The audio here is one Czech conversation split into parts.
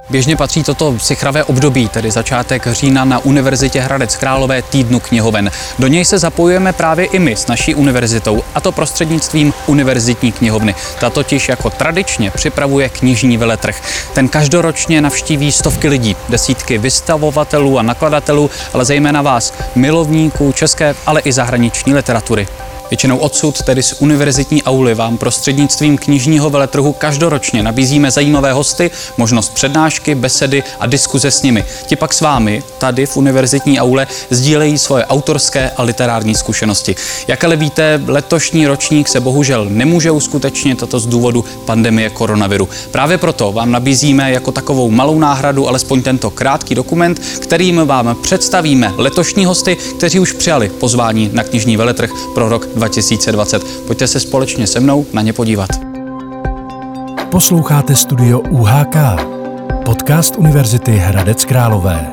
Běžně patří toto sichravé období, tedy začátek října na Univerzitě Hradec Králové týdnu knihoven. Do něj se zapojujeme právě i my s naší univerzitou, a to prostřednictvím Univerzitní knihovny. Ta totiž jako tradičně připravuje knižní veletrh. Ten každoročně navštíví stovky lidí, desítky vystavovatelů a nakladatelů, ale zejména vás, milovníků české, ale i zahraniční literatury. Většinou odsud, tedy z univerzitní auly, vám prostřednictvím knižního veletrhu každoročně nabízíme zajímavé hosty, možnost přednášky, besedy a diskuze s nimi. Ti pak s vámi, tady v univerzitní aule, sdílejí svoje autorské a literární zkušenosti. Jak ale víte, letošní ročník se bohužel nemůže uskutečnit, a to z důvodu pandemie koronaviru. Právě proto vám nabízíme jako takovou malou náhradu alespoň tento krátký dokument, kterým vám představíme letošní hosty, kteří už přijali pozvání na knižní veletrh pro rok 2020. Pojďte se společně se mnou na ně podívat. Posloucháte Studio UHK, podcast Univerzity Hradec Králové.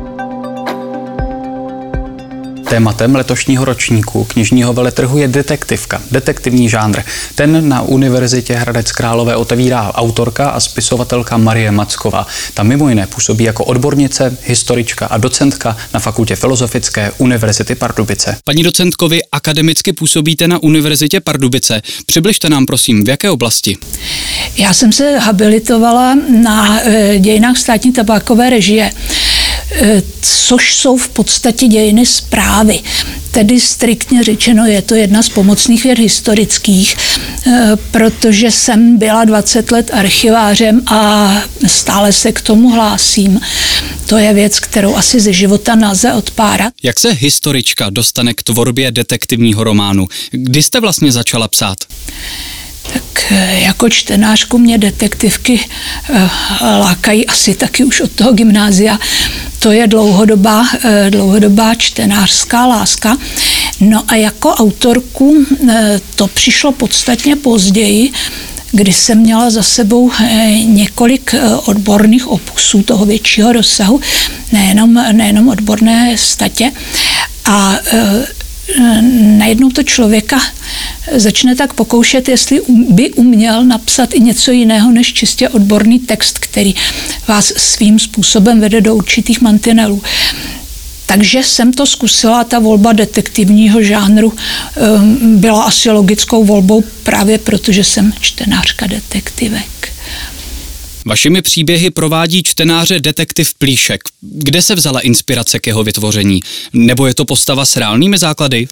Tématem letošního ročníku knižního veletrhu je detektivka, detektivní žánr. Ten na Univerzitě Hradec Králové otevírá autorka a spisovatelka Marie Macková. Ta mimo jiné působí jako odbornice, historička a docentka na Fakultě filozofické Univerzity Pardubice. Paní docentko, vy akademicky působíte na Univerzitě Pardubice. Přibližte nám prosím, v jaké oblasti? Já jsem se habilitovala na dějinách státní tabákové režie, což jsou v podstatě dějiny správy. Tedy striktně řečeno je to jedna z pomocných věd historických, protože jsem byla 20 let archivářem a stále se k tomu hlásím. To je věc, kterou asi ze života nelze odpárat. Jak se historička dostane k tvorbě detektivního románu? Kdy jste vlastně začala psát? Tak jako čtenářku mě detektivky lákají asi taky už od toho gymnázia. To je dlouhodobá čtenářská láska. No a jako autorku to přišlo podstatně později, kdy jsem měla za sebou několik odborných opusů toho většího rozsahu, nejenom odborné statě. A najednou to člověka začne tak pokoušet, jestli by uměl napsat i něco jiného než čistě odborný text, který vás svým způsobem vede do určitých mantinelů. Takže jsem to zkusila, ta volba detektivního žánru byla asi logickou volbou právě protože jsem čtenářka detektivek. Vašimi příběhy provádí čtenáře detektiv Plíšek. Kde se vzala inspirace k jeho vytvoření? Nebo je to postava s reálnými základy?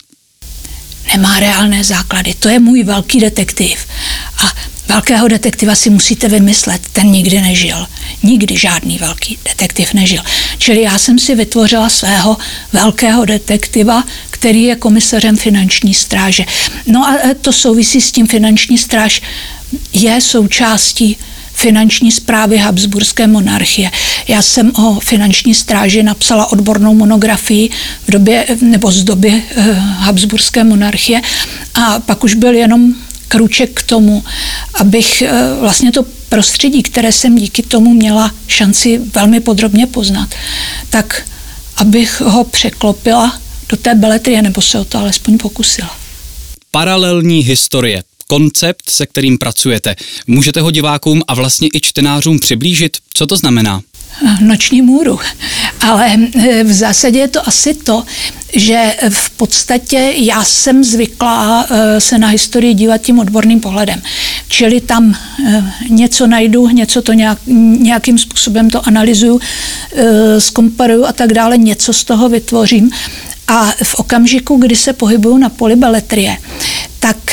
Nemá reálné základy, to je můj velký detektiv. A velkého detektiva si musíte vymyslet, ten nikdy nežil. Nikdy žádný velký detektiv nežil. Čili já jsem si vytvořila svého velkého detektiva, který je komisařem finanční stráže. No a to souvisí s tím, finanční stráž je součástí finanční správy Habsburské monarchie. Já jsem o finanční stráži napsala odbornou monografii z doby Habsburské monarchie a pak už byl jenom krůček k tomu, abych vlastně to prostředí, které jsem díky tomu měla šanci velmi podrobně poznat, tak abych ho překlopila do té beletrie, nebo se o to alespoň pokusila. Paralelní historie. Koncept, se kterým pracujete. Můžete ho divákům a vlastně i čtenářům přiblížit? Co to znamená? Noční můru. Ale v zásadě je to asi to, že v podstatě já jsem zvyklá se na historii dívat tím odborným pohledem. Čili tam něco najdu, něco to nějakým způsobem to analyzuju, zkomparuju a tak dále, něco z toho vytvořím. A v okamžiku, kdy se pohybuju na poli beletrie, tak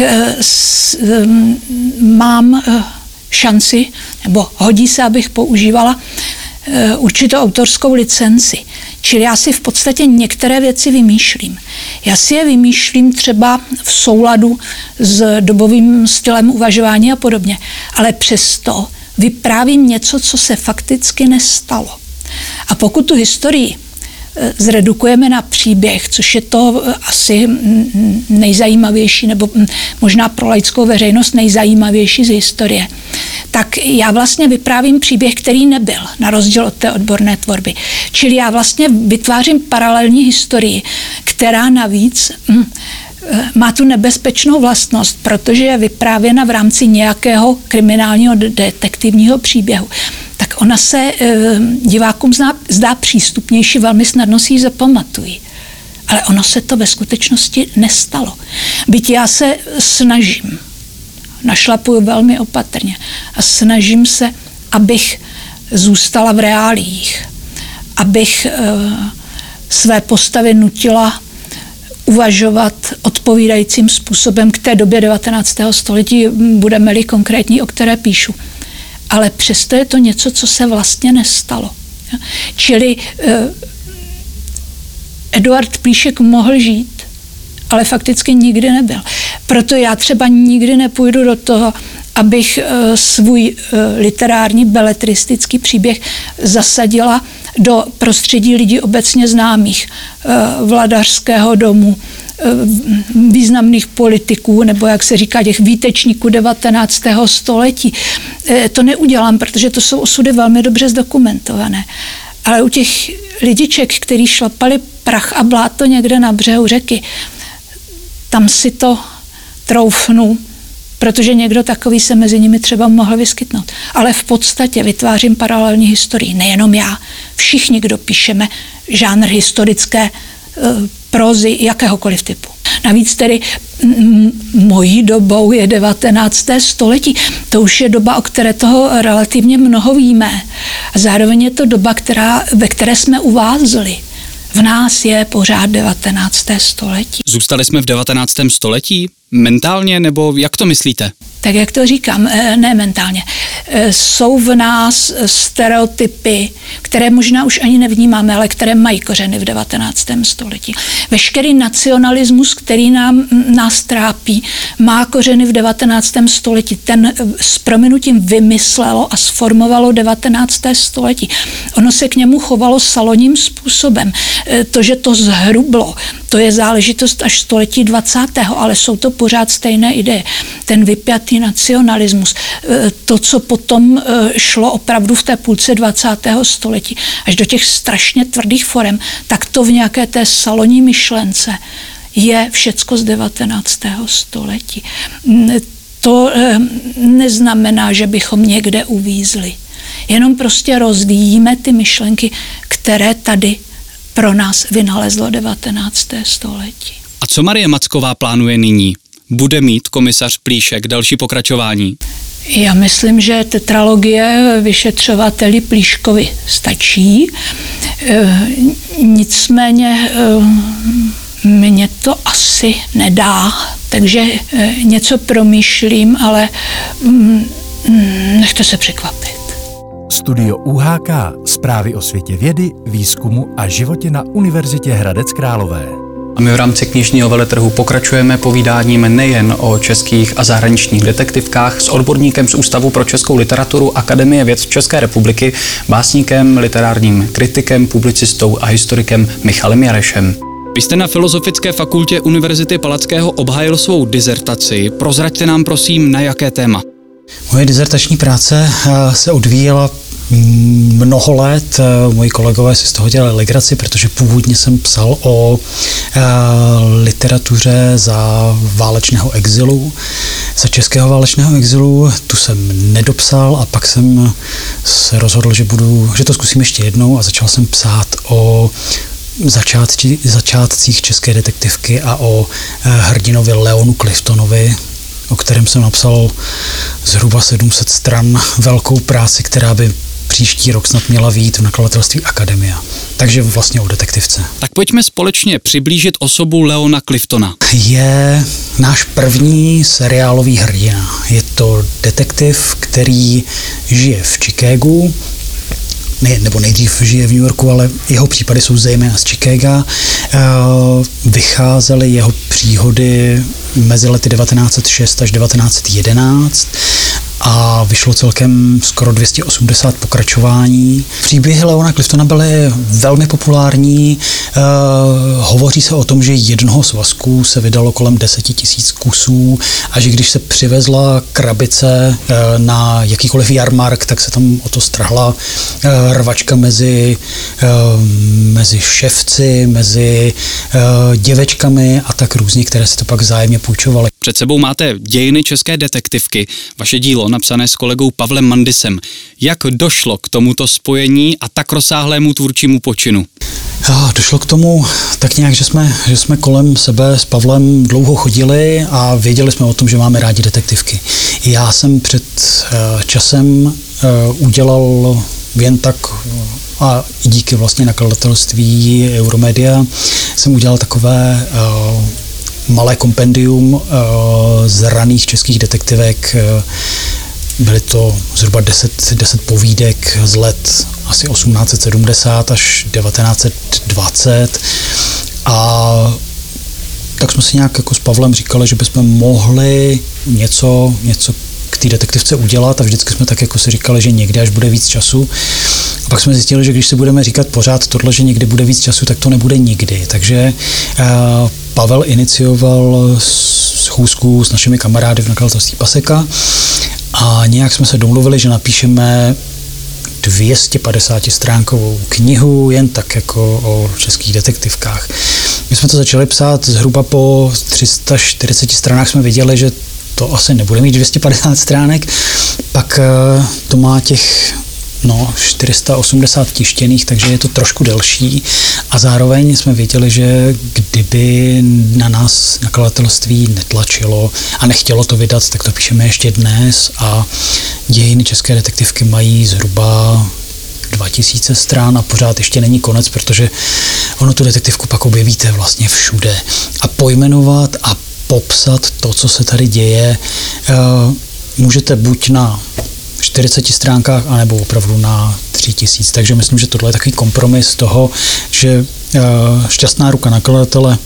mám šanci, nebo hodí se, abych používala určitou autorskou licenci. Čili já si v podstatě některé věci vymýšlím. Já si je vymýšlím třeba v souladu s dobovým stylem uvažování a podobně, ale přesto vyprávím něco, co se fakticky nestalo. A pokud tu historii zredukujeme na příběh, což je to asi nejzajímavější, nebo možná pro laickou veřejnost nejzajímavější z historie, tak já vlastně vyprávím příběh, který nebyl, na rozdíl od té odborné tvorby. Čili já vlastně vytvářím paralelní historii, která navíc má tu nebezpečnou vlastnost, protože je vyprávěna v rámci nějakého kriminálního detektivního příběhu. tak ona se divákům zdá přístupnější, velmi snadno si ji zapamatují. Ale ono se to ve skutečnosti nestalo. Byť já se snažím, našlapuju velmi opatrně a snažím se, abych zůstala v reáliích, abych své postavy nutila uvažovat odpovídajícím způsobem k té době 19. století, budeme-li konkrétní, o které píšu. Ale přesto je to něco, co se vlastně nestalo. Čili Eduard Plíšek mohl žít, ale fakticky nikdy nebyl. Proto já třeba nikdy nepůjdu do toho, abych svůj literární beletristický příběh zasadila do prostředí lidí obecně známých, Vladařského domu, významných politiků, nebo jak se říká, těch výtečníků 19. století. To neudělám, protože to jsou osudy velmi dobře zdokumentované. Ale u těch lidiček, kteří šlapali prach a bláto někde na břehu řeky, tam si to troufnu, protože někdo takový se mezi nimi třeba mohl vyskytnout. Ale v podstatě vytvářím paralelní historii. Nejenom já, všichni, kdo píšeme žánr historické prózy jakéhokoliv typu. Navíc tedy mojí dobou je 19. století. To už je doba, o které toho relativně mnoho víme. A zároveň je to doba, ve které jsme uvázli. V nás je pořád 19. století. Zůstali jsme v 19. století? Mentálně, nebo jak to myslíte? Tak jak to říkám, ne mentálně. Jsou v nás stereotypy, které možná už ani nevnímáme, ale které mají kořeny v 19. století. Veškerý nacionalismus, který nás trápí, má kořeny v 19. století. Ten s prominutím vymyslelo a sformovalo 19. století. Ono se k němu chovalo salonním způsobem. To, že to zhrublo, to je záležitost až století 20. ale jsou to pořád stejné ideje. Ten vypjatý nacionalismus, to, co potom šlo opravdu v té půlce 20. století až do těch strašně tvrdých forem, tak to v nějaké té salonní myšlence je všecko z 19. století. To neznamená, že bychom někde uvízli. Jenom prostě rozvíjíme ty myšlenky, které tady pro nás vynalezlo 19. století. A co Marie Macková plánuje nyní? Bude mít komisař Plíšek další pokračování? Já myslím, že tetralogie vyšetřovateli Plíškovi stačí. Nicméně mě to asi nedá, takže něco promýšlím, ale nechte se překvapit. Studio UHK. Zprávy o světě vědy, výzkumu a životě na Univerzitě Hradec Králové. A my v rámci knižního veletrhu pokračujeme povídáním nejen o českých a zahraničních detektivkách s odborníkem z Ústavu pro českou literaturu Akademie věd České republiky, básníkem, literárním kritikem, publicistou a historikem Michalem Jarešem. Vy jste na Filozofické fakultě Univerzity Palackého obhájil svou dizertaci. Prozraďte nám prosím, na jaké téma. Moje dizertační práce se odvíjela mnoho let. Moji kolegové si z toho dělali legraci, protože původně jsem psal o literatuře za válečného exilu, za českého válečného exilu. Tu jsem nedopsal a pak jsem se rozhodl, že to zkusím ještě jednou a začal jsem psát o začátcích české detektivky a o hrdinovi Leonu Cliftonovi, o kterém jsem napsal zhruba 700 stran, velkou práci, která by příští rok snad měla vyjít v nakladatelství Akademia. Takže vlastně o detektivce. Tak pojďme společně přiblížit osobu Leona Cliftona. Je náš první seriálový hrdina. Je to detektiv, který žije v Chicagu, nebo nejdřív žije v New Yorku, ale jeho případy jsou zejména z Chicaga. Vycházely jeho příhody mezi lety 1906 až 1911 a vyšlo celkem skoro 280 pokračování. Příběhy Leona Cliftona byly velmi populární. Hovoří se o tom, že jednoho svazku se vydalo kolem 10 000 kusů a že když se přivezla krabice na jakýkoliv jarmark, tak se tam o to strhla rvačka mezi ševci, mezi děvečkami a tak různě, které si to pak vzájemně půjčovaly. Před sebou máte Dějiny české detektivky, vaše dílo napsané s kolegou Pavlem Mandisem. Jak došlo k tomuto spojení a tak rozsáhlému tvůrčímu počinu? Došlo k tomu tak nějak, že jsme kolem sebe s Pavlem dlouho chodili a věděli jsme o tom, že máme rádi detektivky. Já jsem před časem udělal jen tak a i díky vlastně nakladatelství Euromedia jsem udělal takové malé kompendium z raných českých detektivek. Byly to zhruba 10 povídek z let asi 1870 až 1920 a tak jsme si nějak jako s Pavlem říkali, že bychom mohli něco k té detektivce udělat a vždycky jsme tak jako si říkali, že někdy až bude víc času. A pak jsme zjistili, že když si budeme říkat pořád tohle, že někdy bude víc času, tak to nebude nikdy. Takže Pavel inicioval schůzku s našimi kamarády v nakladatelství Paseka a nějak jsme se domluvili, že napíšeme 250stránkovou knihu jen tak jako o českých detektivkách. My jsme to začali psát zhruba po 340 stranách, jsme viděli, že to asi nebude mít 250 stránek, pak to má těch 480 tištěných, takže je to trošku delší a zároveň jsme věděli, že kdyby na nás nakladatelství netlačilo a nechtělo to vydat, tak to píšeme ještě dnes a Dějiny české detektivky mají zhruba 2000 stran a pořád ještě není konec, protože ono tu detektivku pak objevíte vlastně všude a pojmenovat a popsat to, co se tady děje, můžete buď na 40 stránkách, anebo opravdu na 3000. Takže myslím, že tohle je takový kompromis toho, že šťastná ruka nakladatele,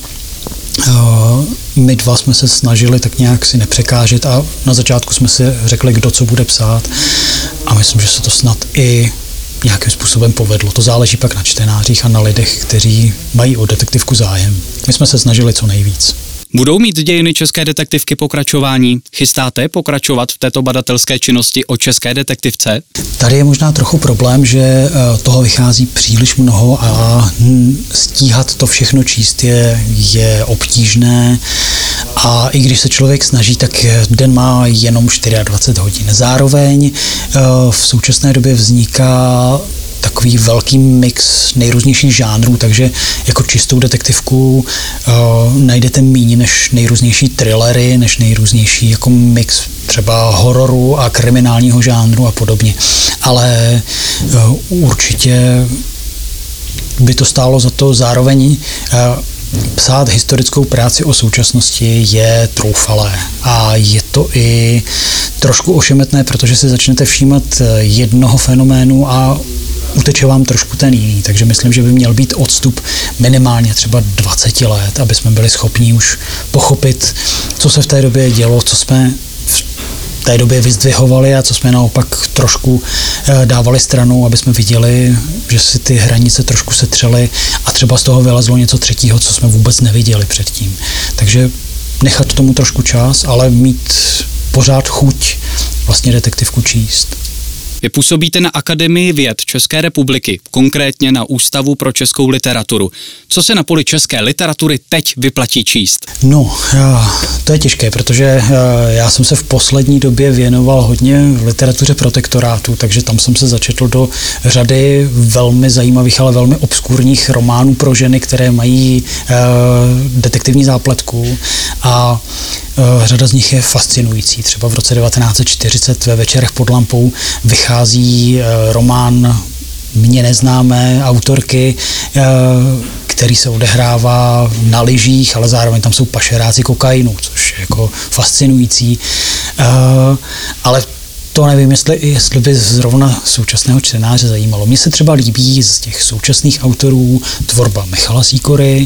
my dva jsme se snažili tak nějak si nepřekážet a na začátku jsme si řekli, kdo co bude psát a myslím, že se to snad i nějakým způsobem povedlo. To záleží pak na čtenářích a na lidech, kteří mají o detektivku zájem. My jsme se snažili co nejvíc. Budou mít Dějiny české detektivky pokračování? Chystáte pokračovat v této badatelské činnosti o české detektivce? Tady je možná trochu problém, že toho vychází příliš mnoho a stíhat to všechno číst je obtížné a i když se člověk snaží, tak den má jenom 24 hodin. Zároveň v současné době vzniká takový velký mix nejrůznějších žánrů, takže jako čistou detektivku najdete méně než nejrůznější thrillery, než nejrůznější jako mix třeba hororu a kriminálního žánru a podobně. Ale určitě by to stálo za to zároveň psát historickou práci o současnosti je troufalé a je to i trošku ošemetné, protože si začnete všímat jednoho fenoménu a uteče vám trošku ten jiný, takže myslím, že by měl být odstup minimálně třeba 20 let, aby jsme byli schopni už pochopit, co se v té době dělo, co jsme v té době vyzdvihovali a co jsme naopak trošku dávali stranou, aby jsme viděli, že si ty hranice trošku setřely a třeba z toho vylezlo něco třetího, co jsme vůbec neviděli předtím. Takže nechat tomu trošku čas, ale mít pořád chuť vlastně detektivku číst. Vy působíte na Akademii věd České republiky, konkrétně na Ústavu pro českou literaturu. Co se na poli české literatury teď vyplatí číst? No, to je těžké, protože já jsem se v poslední době věnoval hodně literatuře protektorátu, takže tam jsem se začetl do řady velmi zajímavých, ale velmi obskurních románů pro ženy, které mají detektivní zápletku a řada z nich je fascinující. Třeba v roce 1940 ve Večerech pod lampou vychází román mně neznámé autorky, který se odehrává na lyžích, ale zároveň tam jsou pašeráci kokainu, což je jako fascinující. Ale to nevím, jestli by zrovna současného čtenáře zajímalo. Mně se třeba líbí z těch současných autorů tvorba Michala Sýkory.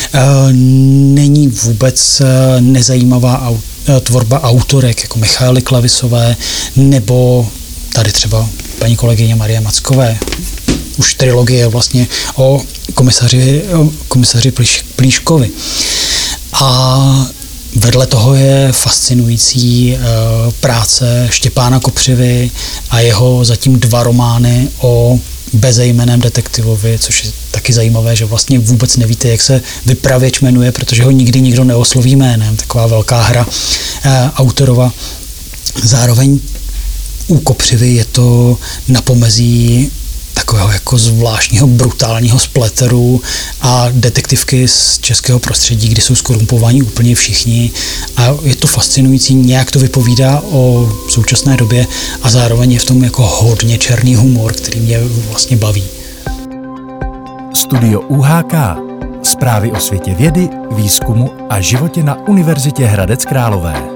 Není vůbec nezajímavá tvorba autorek jako Michaely Klavisové nebo tady třeba paní kolegyně Marie Mackové. Už trilogie vlastně o komisaři Plíškovi. A vedle toho je fascinující práce Štěpána Kopřivy a jeho zatím 2 romány o bezejmenném detektivovi, což je taky zajímavé, že vlastně vůbec nevíte, jak se vypravěč jmenuje, protože ho nikdy nikdo neosloví jménem. Taková velká hra autorova. Zároveň u Kopřivy je to na pomezí takového jako zvláštního brutálního spletteru a detektivky z českého prostředí, kdy jsou zkorumpováni úplně všichni a je to fascinující, nějak to vypovídá o současné době a zároveň je v tom jako hodně černý humor, který mě vlastně baví. Studio UHK. Zprávy o světě vědy, výzkumu a životě na Univerzitě Hradec Králové.